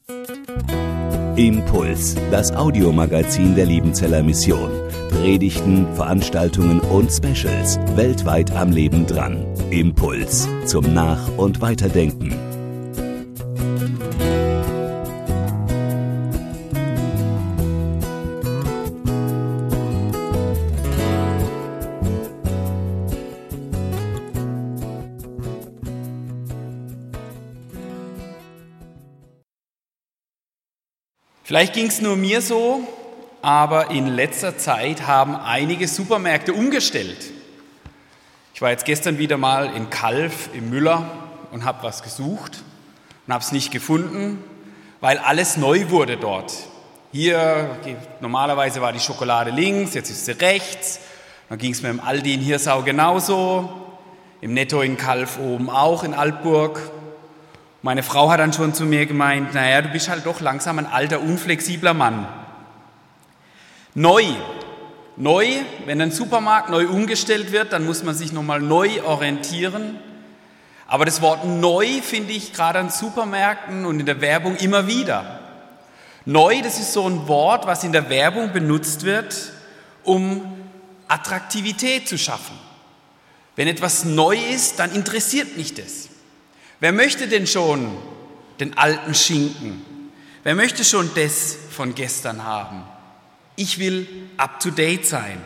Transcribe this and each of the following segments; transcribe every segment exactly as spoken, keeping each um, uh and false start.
Impuls, das Audiomagazin der Liebenzeller Mission. Predigten, Veranstaltungen und Specials weltweit am Leben dran. Impuls zum Nach- und Weiterdenken. Vielleicht ging es nur mir so, aber in letzter Zeit haben einige Supermärkte umgestellt. Ich war jetzt gestern wieder mal in Calw im Müller und habe was gesucht und habe es nicht gefunden, weil alles neu wurde dort. Hier, normalerweise war die Schokolade links, jetzt ist sie rechts. Dann ging es mir im Aldi in Hirsau genauso, im Netto in Calw oben auch, in Altburg. Meine Frau hat dann schon zu mir gemeint, naja, du bist halt doch langsam ein alter, unflexibler Mann. Neu. Neu, wenn ein Supermarkt neu umgestellt wird, dann muss man sich nochmal neu orientieren. Aber das Wort neu finde ich gerade an Supermärkten und in der Werbung immer wieder. Neu, das ist so ein Wort, was in der Werbung benutzt wird, um Attraktivität zu schaffen. Wenn etwas neu ist, dann interessiert mich das. Wer möchte denn schon den alten Schinken? Wer möchte schon das von gestern haben? Ich will up-to-date sein.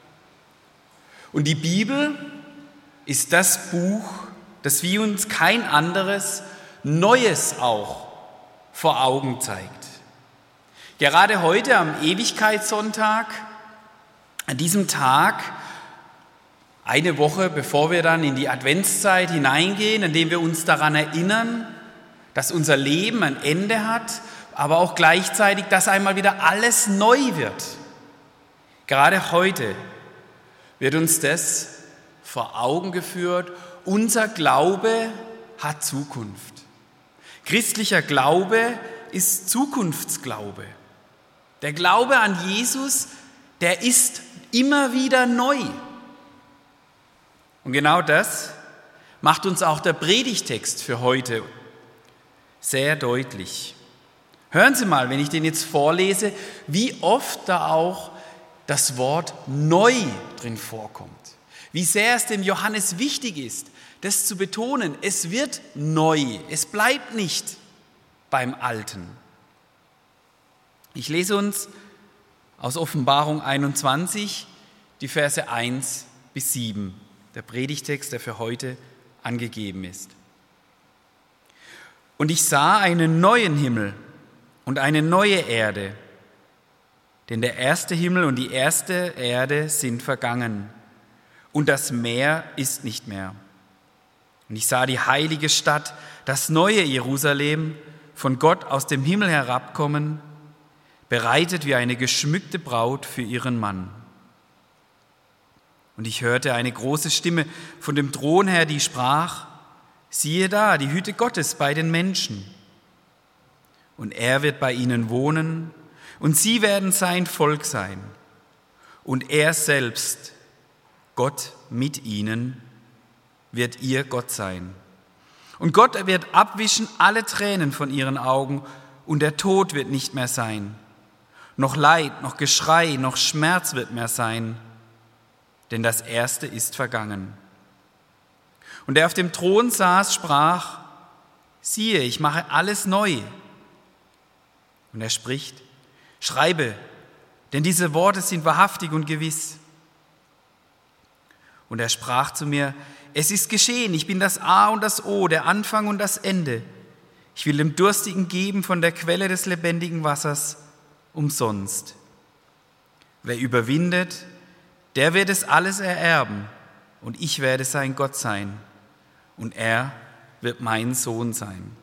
Und die Bibel ist das Buch, das wie uns kein anderes Neues auch vor Augen zeigt. Gerade heute am Ewigkeitssonntag, an diesem Tag, eine Woche bevor wir dann in die Adventszeit hineingehen, indem wir uns daran erinnern, dass unser Leben ein Ende hat, aber auch gleichzeitig, dass einmal wieder alles neu wird. Gerade heute wird uns das vor Augen geführt. Unser Glaube hat Zukunft. Christlicher Glaube ist Zukunftsglaube. Der Glaube an Jesus, der ist immer wieder neu. Und genau das macht uns auch der Predigtext für heute sehr deutlich. Hören Sie mal, wenn ich den jetzt vorlese, wie oft da auch das Wort neu drin vorkommt. Wie sehr es dem Johannes wichtig ist, das zu betonen. Es wird neu, es bleibt nicht beim Alten. Ich lese uns aus Offenbarung einundzwanzig die Verse eins bis sieben. Der Predigtext, der für heute angegeben ist. Und ich sah einen neuen Himmel und eine neue Erde, denn der erste Himmel und die erste Erde sind vergangen und das Meer ist nicht mehr. Und ich sah die heilige Stadt, das neue Jerusalem, von Gott aus dem Himmel herabkommen, bereitet wie eine geschmückte Braut für ihren Mann. Und ich hörte eine große Stimme von dem Thron her, die sprach, siehe da, die Hütte Gottes bei den Menschen. Und er wird bei ihnen wohnen, und sie werden sein Volk sein. Und er selbst, Gott mit ihnen, wird ihr Gott sein. Und Gott wird abwischen alle Tränen von ihren Augen, und der Tod wird nicht mehr sein. Noch Leid, noch Geschrei, noch Schmerz wird mehr sein, denn das Erste ist vergangen. Und der auf dem Thron saß, sprach, siehe, ich mache alles neu. Und er spricht, schreibe, denn diese Worte sind wahrhaftig und gewiss. Und er sprach zu mir, es ist geschehen, ich bin das A und das O, der Anfang und das Ende. Ich will dem Durstigen geben von der Quelle des lebendigen Wassers umsonst. Wer überwindet, der wird es alles ererben, und ich werde sein Gott sein, und er wird mein Sohn sein.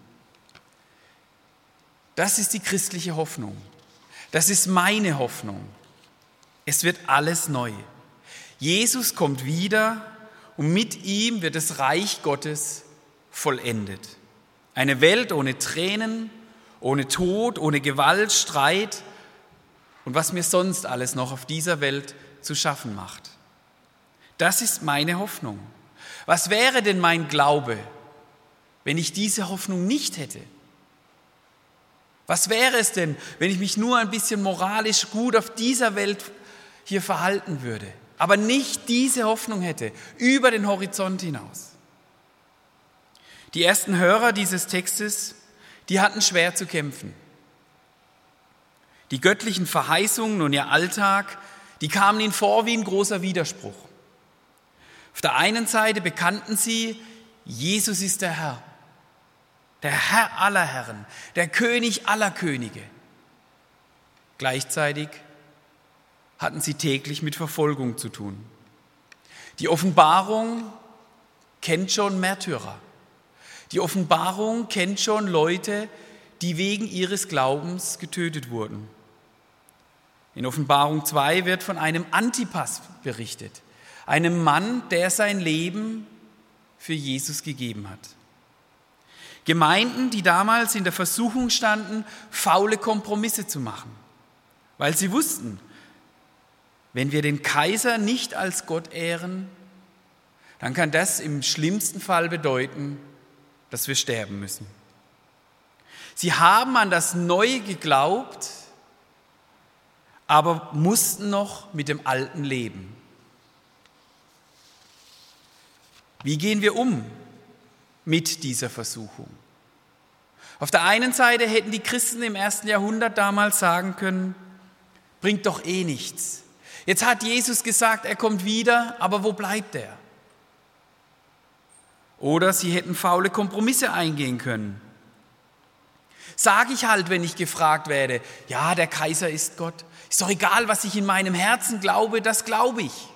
Das ist die christliche Hoffnung. Das ist meine Hoffnung. Es wird alles neu. Jesus kommt wieder, und mit ihm wird das Reich Gottes vollendet. Eine Welt ohne Tränen, ohne Tod, ohne Gewalt, Streit und was mir sonst alles noch auf dieser Welt zu schaffen macht. Das ist meine Hoffnung. Was wäre denn mein Glaube, wenn ich diese Hoffnung nicht hätte? Was wäre es denn, wenn ich mich nur ein bisschen moralisch gut auf dieser Welt hier verhalten würde, aber nicht diese Hoffnung hätte, über den Horizont hinaus? Die ersten Hörer dieses Textes, die hatten schwer zu kämpfen. Die göttlichen Verheißungen und ihr Alltag, die kamen ihnen vor wie ein großer Widerspruch. Auf der einen Seite bekannten sie, Jesus ist der Herr, der Herr aller Herren, der König aller Könige. Gleichzeitig hatten sie täglich mit Verfolgung zu tun. Die Offenbarung kennt schon Märtyrer. Die Offenbarung kennt schon Leute, die wegen ihres Glaubens getötet wurden. In Offenbarung zwei wird von einem Antipas berichtet, einem Mann, der sein Leben für Jesus gegeben hat. Gemeinden, die damals in der Versuchung standen, faule Kompromisse zu machen, weil sie wussten, wenn wir den Kaiser nicht als Gott ehren, dann kann das im schlimmsten Fall bedeuten, dass wir sterben müssen. Sie haben an das Neue geglaubt, aber mussten noch mit dem Alten leben. Wie gehen wir um mit dieser Versuchung? Auf der einen Seite hätten die Christen im ersten Jahrhundert damals sagen können, bringt doch eh nichts. Jetzt hat Jesus gesagt, er kommt wieder, aber wo bleibt er? Oder sie hätten faule Kompromisse eingehen können. Sage ich halt, wenn ich gefragt werde, ja, der Kaiser ist Gott. Ist doch egal, was ich in meinem Herzen glaube, das glaube ich.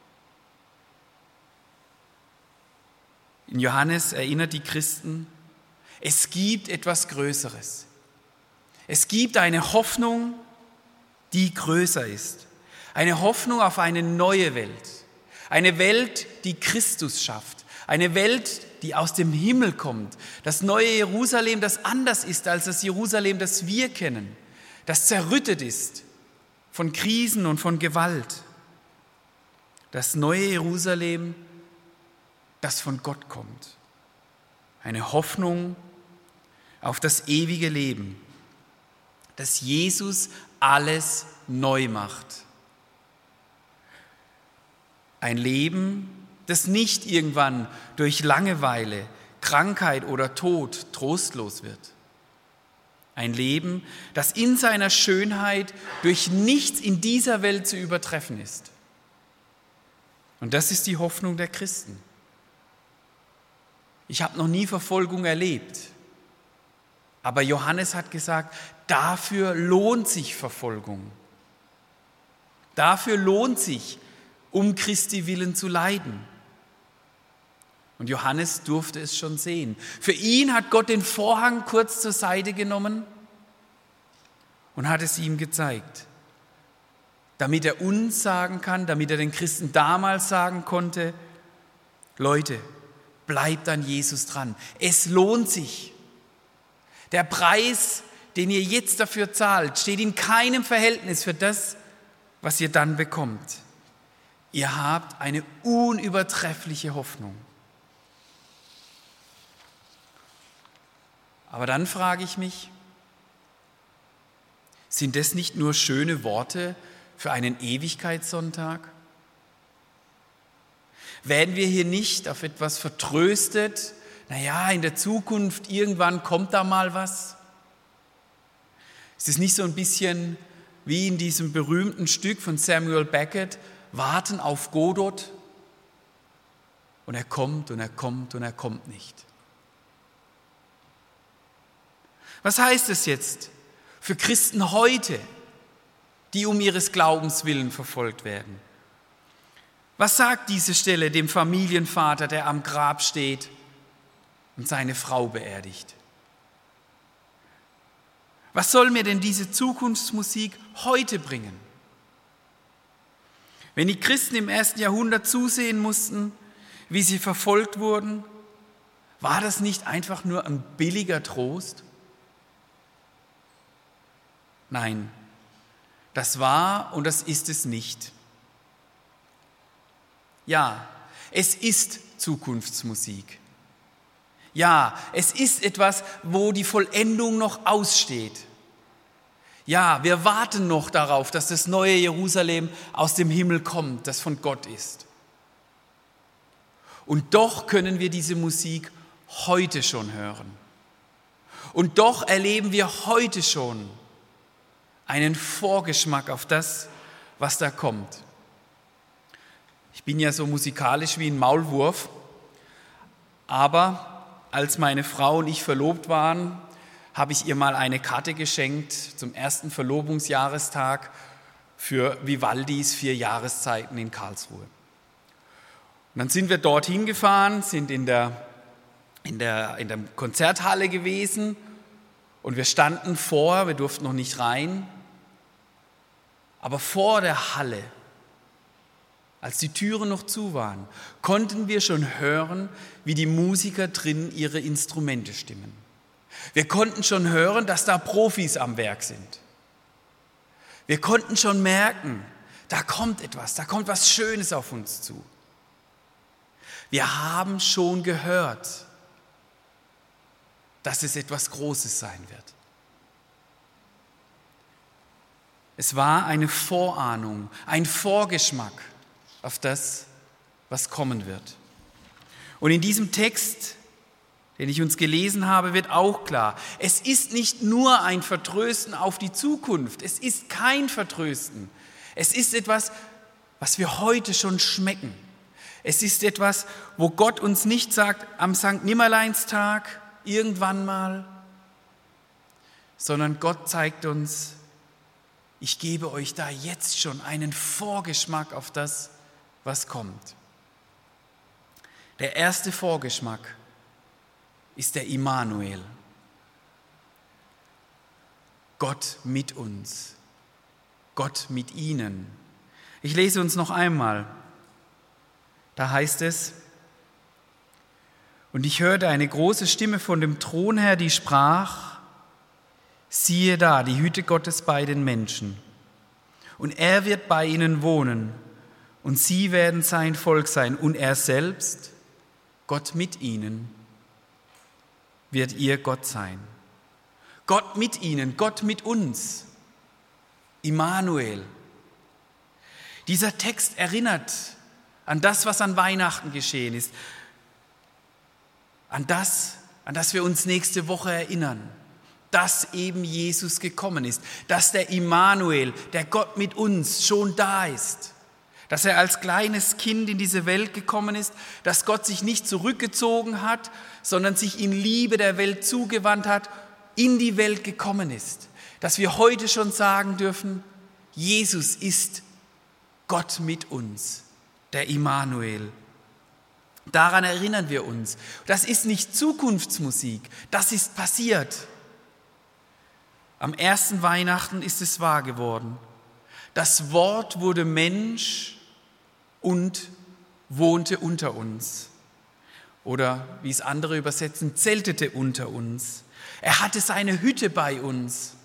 In Johannes erinnert die Christen, es gibt etwas Größeres. Es gibt eine Hoffnung, die größer ist. Eine Hoffnung auf eine neue Welt. Eine Welt, die Christus schafft. Eine Welt, die aus dem Himmel kommt. Das neue Jerusalem, das anders ist als das Jerusalem, das wir kennen. Das zerrüttet ist von Krisen und von Gewalt. Das neue Jerusalem, das von Gott kommt. Eine Hoffnung auf das ewige Leben, dass Jesus alles neu macht. Ein Leben, das nicht irgendwann durch Langeweile, Krankheit oder Tod trostlos wird. Ein Leben, das in seiner Schönheit durch nichts in dieser Welt zu übertreffen ist. Und das ist die Hoffnung der Christen. Ich habe noch nie Verfolgung erlebt, aber Johannes hat gesagt, dafür lohnt sich Verfolgung. Dafür lohnt sich, um Christi willen zu leiden. Und Johannes durfte es schon sehen. Für ihn hat Gott den Vorhang kurz zur Seite genommen und hat es ihm gezeigt, damit er uns sagen kann, damit er den Christen damals sagen konnte, Leute, bleibt an Jesus dran. Es lohnt sich. Der Preis, den ihr jetzt dafür zahlt, steht in keinem Verhältnis für das, was ihr dann bekommt. Ihr habt eine unübertreffliche Hoffnung. Aber dann frage ich mich, sind das nicht nur schöne Worte für einen Ewigkeitssonntag? Werden wir hier nicht auf etwas vertröstet? Naja, in der Zukunft, irgendwann kommt da mal was. Ist es nicht so ein bisschen wie in diesem berühmten Stück von Samuel Beckett, Warten auf Godot? Und er kommt und er kommt und er kommt nicht. Was heißt es jetzt für Christen heute, die um ihres Glaubens willen verfolgt werden? Was sagt diese Stelle dem Familienvater, der am Grab steht und seine Frau beerdigt? Was soll mir denn diese Zukunftsmusik heute bringen? Wenn die Christen im ersten Jahrhundert zusehen mussten, wie sie verfolgt wurden, war das nicht einfach nur ein billiger Trost? Nein, das war und das ist es nicht. Ja, es ist Zukunftsmusik. Ja, es ist etwas, wo die Vollendung noch aussteht. Ja, wir warten noch darauf, dass das neue Jerusalem aus dem Himmel kommt, das von Gott ist. Und doch können wir diese Musik heute schon hören. Und doch erleben wir heute schon einen Vorgeschmack auf das, was da kommt. Ich bin ja so musikalisch wie ein Maulwurf, aber als meine Frau und ich verlobt waren, habe ich ihr mal eine Karte geschenkt zum ersten Verlobungsjahrestag für Vivaldis vier Jahreszeiten in Karlsruhe. Und dann sind wir dorthin gefahren, sind in der, in der, in der Konzerthalle gewesen und wir standen vor, wir durften noch nicht rein, aber vor der Halle, als die Türen noch zu waren, konnten wir schon hören, wie die Musiker drin ihre Instrumente stimmen. Wir konnten schon hören, dass da Profis am Werk sind. Wir konnten schon merken, da kommt etwas, da kommt was Schönes auf uns zu. Wir haben schon gehört, dass es etwas Großes sein wird. Es war eine Vorahnung, ein Vorgeschmack auf das, was kommen wird. Und in diesem Text, den ich uns gelesen habe, wird auch klar, es ist nicht nur ein Vertrösten auf die Zukunft, es ist kein Vertrösten. Es ist etwas, was wir heute schon schmecken. Es ist etwas, wo Gott uns nicht sagt, am Sankt Nimmerleinstag, irgendwann mal, sondern Gott zeigt uns, ich gebe euch da jetzt schon einen Vorgeschmack auf das, was kommt. Der erste Vorgeschmack ist der Immanuel. Gott mit uns, Gott mit ihnen. Ich lese uns noch einmal. Da heißt es: Und ich hörte eine große Stimme von dem Thron her, die sprach: Siehe da, die Hütte Gottes bei den Menschen. Und er wird bei ihnen wohnen, und sie werden sein Volk sein. Und er selbst, Gott mit ihnen, wird ihr Gott sein. Gott mit ihnen, Gott mit uns. Immanuel. Dieser Text erinnert an das, was an Weihnachten geschehen ist. An das, an das wir uns nächste Woche erinnern. Dass eben Jesus gekommen ist. Dass der Immanuel, der Gott mit uns, schon da ist. Dass er als kleines Kind in diese Welt gekommen ist, dass Gott sich nicht zurückgezogen hat, sondern sich in Liebe der Welt zugewandt hat, in die Welt gekommen ist. Dass wir heute schon sagen dürfen, Jesus ist Gott mit uns, der Immanuel. Daran erinnern wir uns. Das ist nicht Zukunftsmusik, das ist passiert. Am ersten Weihnachten ist es wahr geworden. Das Wort wurde Mensch und wohnte unter uns. Oder wie es andere übersetzen, zeltete unter uns. Er hatte seine Hütte bei uns.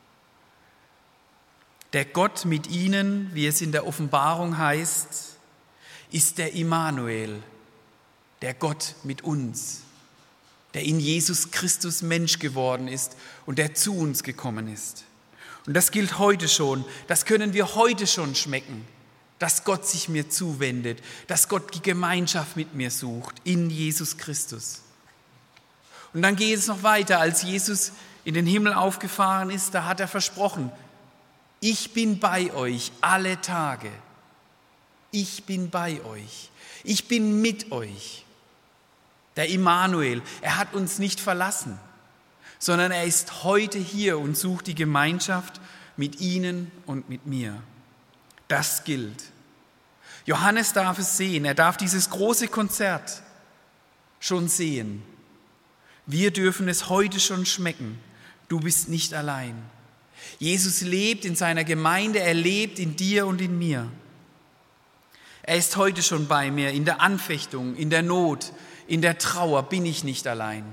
Der Gott mit ihnen, wie es in der Offenbarung heißt, ist der Immanuel, der Gott mit uns, der in Jesus Christus Mensch geworden ist und der zu uns gekommen ist. Und das gilt heute schon, das können wir heute schon schmecken, dass Gott sich mir zuwendet, dass Gott die Gemeinschaft mit mir sucht in Jesus Christus. Und dann geht es noch weiter, als Jesus in den Himmel aufgefahren ist, da hat er versprochen, ich bin bei euch alle Tage, ich bin bei euch, ich bin mit euch. Der Immanuel, er hat uns nicht verlassen, sondern er ist heute hier und sucht die Gemeinschaft mit ihnen und mit mir. Das gilt. Johannes darf es sehen, er darf dieses große Konzert schon sehen. Wir dürfen es heute schon schmecken. Du bist nicht allein. Jesus lebt in seiner Gemeinde, er lebt in dir und in mir. Er ist heute schon bei mir, in der Anfechtung, in der Not, in der Trauer bin ich nicht allein.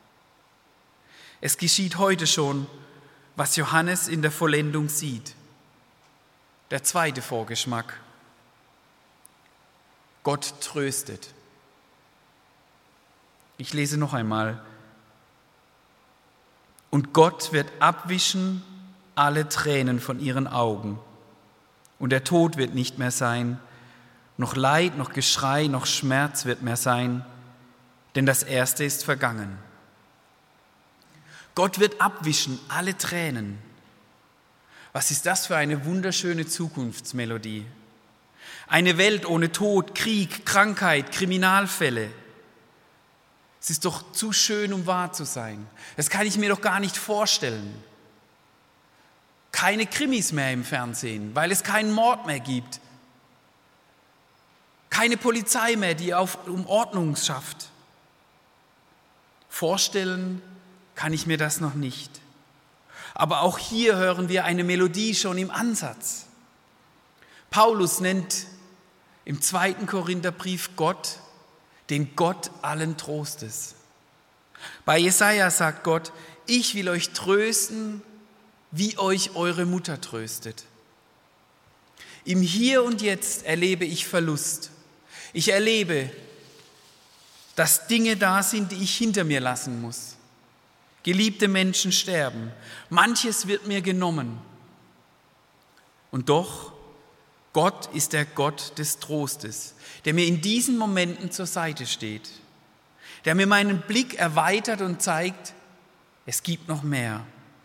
Es geschieht heute schon, was Johannes in der Vollendung sieht. Der zweite Vorgeschmack. Gott tröstet. Ich lese noch einmal. Und Gott wird abwischen alle Tränen von ihren Augen. Und der Tod wird nicht mehr sein, noch Leid, noch Geschrei, noch Schmerz wird mehr sein, denn das Erste ist vergangen. Gott wird abwischen alle Tränen. Was ist das für eine wunderschöne Zukunftsmelodie? Eine Welt ohne Tod, Krieg, Krankheit, Kriminalfälle. Es ist doch zu schön, um wahr zu sein. Das kann ich mir doch gar nicht vorstellen. Keine Krimis mehr im Fernsehen, weil es keinen Mord mehr gibt. Keine Polizei mehr, die auf um Ordnung schafft. Vorstellen kann ich mir das noch nicht. Aber auch hier hören wir eine Melodie schon im Ansatz. Paulus nennt im zweiten Korintherbrief Gott den Gott allen Trostes. Bei Jesaja sagt Gott: Ich will euch trösten, wie euch eure Mutter tröstet. Im Hier und Jetzt erlebe ich Verlust. Ich erlebe, dass Dinge da sind, die ich hinter mir lassen muss. Geliebte Menschen sterben. Manches wird mir genommen. Und doch, Gott ist der Gott des Trostes, der mir in diesen Momenten zur Seite steht, der mir meinen Blick erweitert und zeigt, es gibt noch mehr.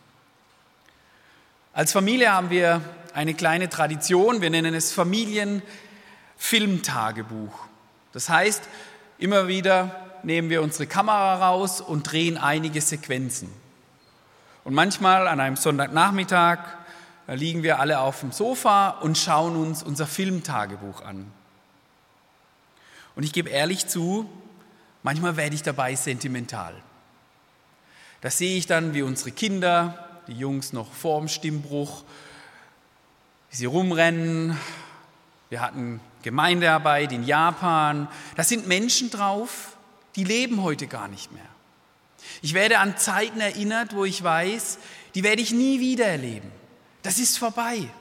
Als Familie haben wir eine kleine Tradition, wir nennen es Familienfilmtagebuch. Das heißt, immer wieder nehmen wir unsere Kamera raus und drehen einige Sequenzen. Und manchmal an einem Sonntagnachmittag da liegen wir alle auf dem Sofa und schauen uns unser Filmtagebuch an. Und ich gebe ehrlich zu, manchmal werde ich dabei sentimental. Da sehe ich dann, wie unsere Kinder, die Jungs noch vor dem Stimmbruch, wie sie rumrennen. Wir hatten Gemeindearbeit in Japan. Da sind Menschen drauf, die leben heute gar nicht mehr. Ich werde an Zeiten erinnert, wo ich weiß, die werde ich nie wieder erleben. Das ist vorbei.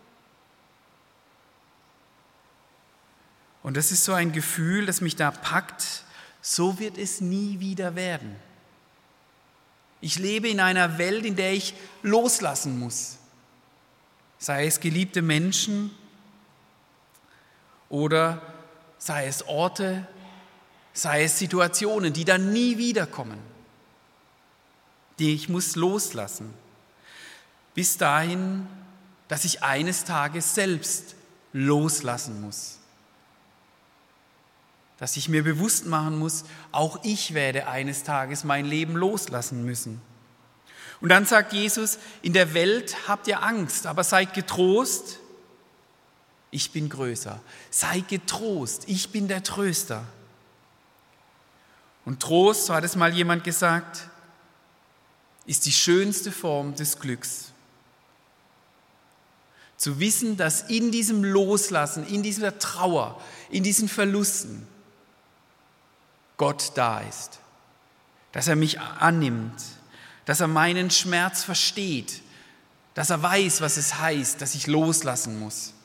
Und das ist so ein Gefühl, das mich da packt. So wird es nie wieder werden. Ich lebe in einer Welt, in der ich loslassen muss. Sei es geliebte Menschen oder sei es Orte, sei es Situationen, die dann nie wiederkommen. Die ich muss loslassen. Bis dahin, dass ich eines Tages selbst loslassen muss. Dass ich mir bewusst machen muss, auch ich werde eines Tages mein Leben loslassen müssen. Und dann sagt Jesus, in der Welt habt ihr Angst, aber seid getrost, ich bin größer. Seid getrost, ich bin der Tröster. Und Trost, so hat es mal jemand gesagt, ist die schönste Form des Glücks. Zu wissen, dass in diesem Loslassen, in dieser Trauer, in diesen Verlusten Gott da ist, dass er mich annimmt, dass er meinen Schmerz versteht, dass er weiß, was es heißt, dass ich loslassen muss.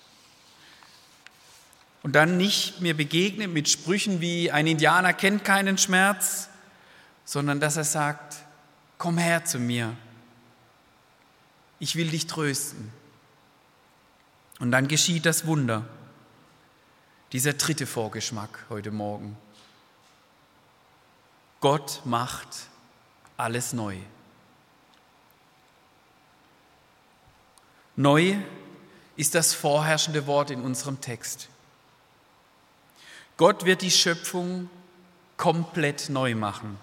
Und dann nicht mir begegnet mit Sprüchen wie ein Indianer kennt keinen Schmerz, sondern dass er sagt, komm her zu mir, ich will dich trösten. Und dann geschieht das Wunder, dieser dritte Vorgeschmack heute Morgen. Gott macht alles neu. Neu ist das vorherrschende Wort in unserem Text. Gott wird die Schöpfung komplett neu machen.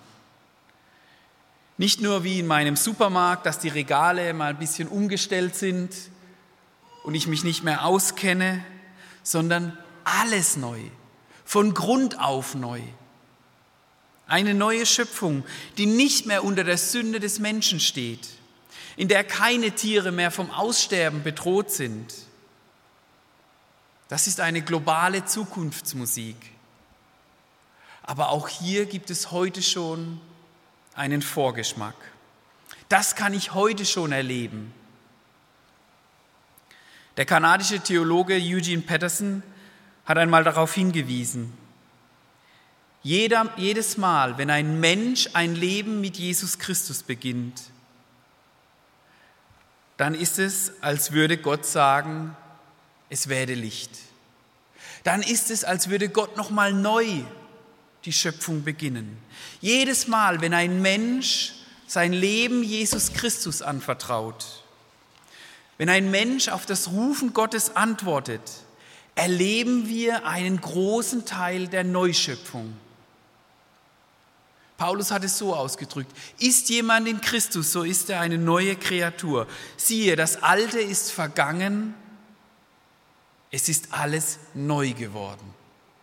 Nicht nur wie in meinem Supermarkt, dass die Regale mal ein bisschen umgestellt sind und ich mich nicht mehr auskenne, sondern alles neu, von Grund auf neu. Eine neue Schöpfung, die nicht mehr unter der Sünde des Menschen steht, in der keine Tiere mehr vom Aussterben bedroht sind. Das ist eine globale Zukunftsmusik. Aber auch hier gibt es heute schon einen Vorgeschmack. Das kann ich heute schon erleben. Der kanadische Theologe Eugene Peterson hat einmal darauf hingewiesen, Jeder, jedes Mal, wenn ein Mensch ein Leben mit Jesus Christus beginnt, dann ist es, als würde Gott sagen, es werde Licht. Dann ist es, als würde Gott nochmal neu die Schöpfung beginnen. Jedes Mal, wenn ein Mensch sein Leben Jesus Christus anvertraut, wenn ein Mensch auf das Rufen Gottes antwortet, erleben wir einen großen Teil der Neuschöpfung. Paulus hat es so ausgedrückt: Ist jemand in Christus, so ist er eine neue Kreatur. Siehe, das Alte ist vergangen, es ist alles neu geworden.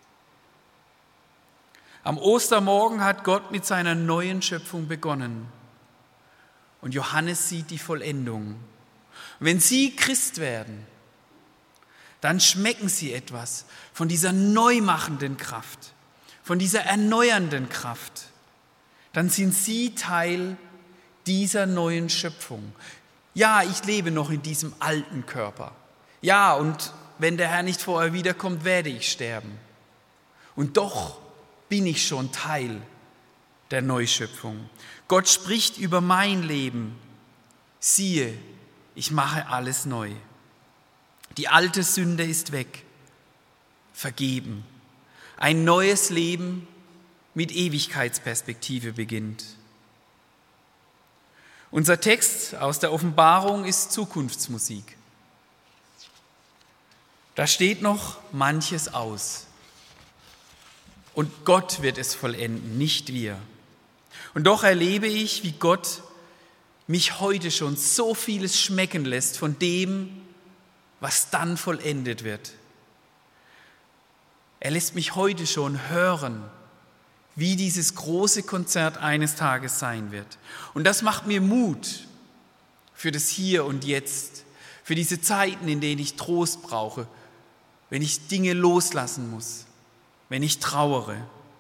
Am Ostermorgen hat Gott mit seiner neuen Schöpfung begonnen. Und Johannes sieht die Vollendung. Wenn Sie Christ werden, dann schmecken Sie etwas von dieser neumachenden Kraft, von dieser erneuernden Kraft. Dann sind Sie Teil dieser neuen Schöpfung. Ja, ich lebe noch in diesem alten Körper. Ja, und wenn der Herr nicht vorher wiederkommt, werde ich sterben. Und doch bin ich schon Teil der Neuschöpfung. Gott spricht über mein Leben. Siehe, ich mache alles neu. Die alte Sünde ist weg, vergeben. Ein neues Leben mit Ewigkeitsperspektive beginnt. Unser Text aus der Offenbarung ist Zukunftsmusik. Da steht noch manches aus. Und Gott wird es vollenden, nicht wir. Und doch erlebe ich, wie Gott mich heute schon so vieles schmecken lässt von dem, was dann vollendet wird. Er lässt mich heute schon hören, wie dieses große Konzert eines Tages sein wird. Und das macht mir Mut für das Hier und Jetzt, für diese Zeiten, in denen ich Trost brauche, wenn ich Dinge loslassen muss, wenn ich trauere.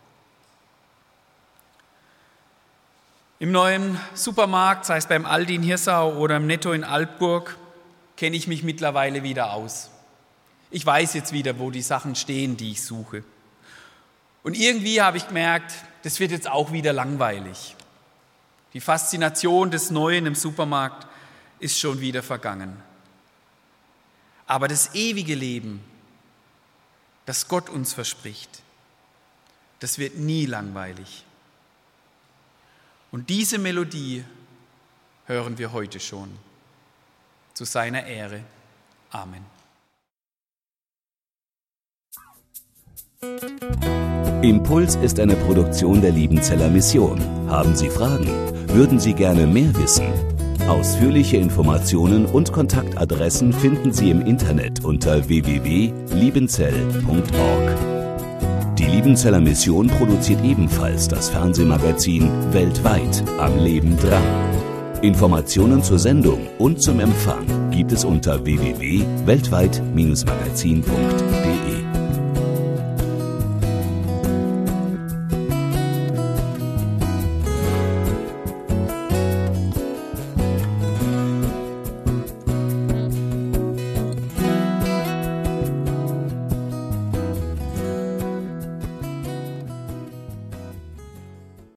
Im neuen Supermarkt, sei es beim Aldi in Hirsau oder im Netto in Altburg, kenne ich mich mittlerweile wieder aus. Ich weiß jetzt wieder, wo die Sachen stehen, die ich suche. Und irgendwie habe ich gemerkt, das wird jetzt auch wieder langweilig. Die Faszination des Neuen im Supermarkt ist schon wieder vergangen. Aber das ewige Leben, das Gott uns verspricht, das wird nie langweilig. Und diese Melodie hören wir heute schon. Zu seiner Ehre. Amen. Impuls ist eine Produktion der Liebenzeller Mission. Haben Sie Fragen? Würden Sie gerne mehr wissen? Ausführliche Informationen und Kontaktadressen finden Sie im Internet unter w w w punkt liebenzell punkt org. Die Liebenzeller Mission produziert ebenfalls das Fernsehmagazin Weltweit am Leben dran. Informationen zur Sendung und zum Empfang gibt es unter w w w punkt weltweit Bindestrich magazin punkt de.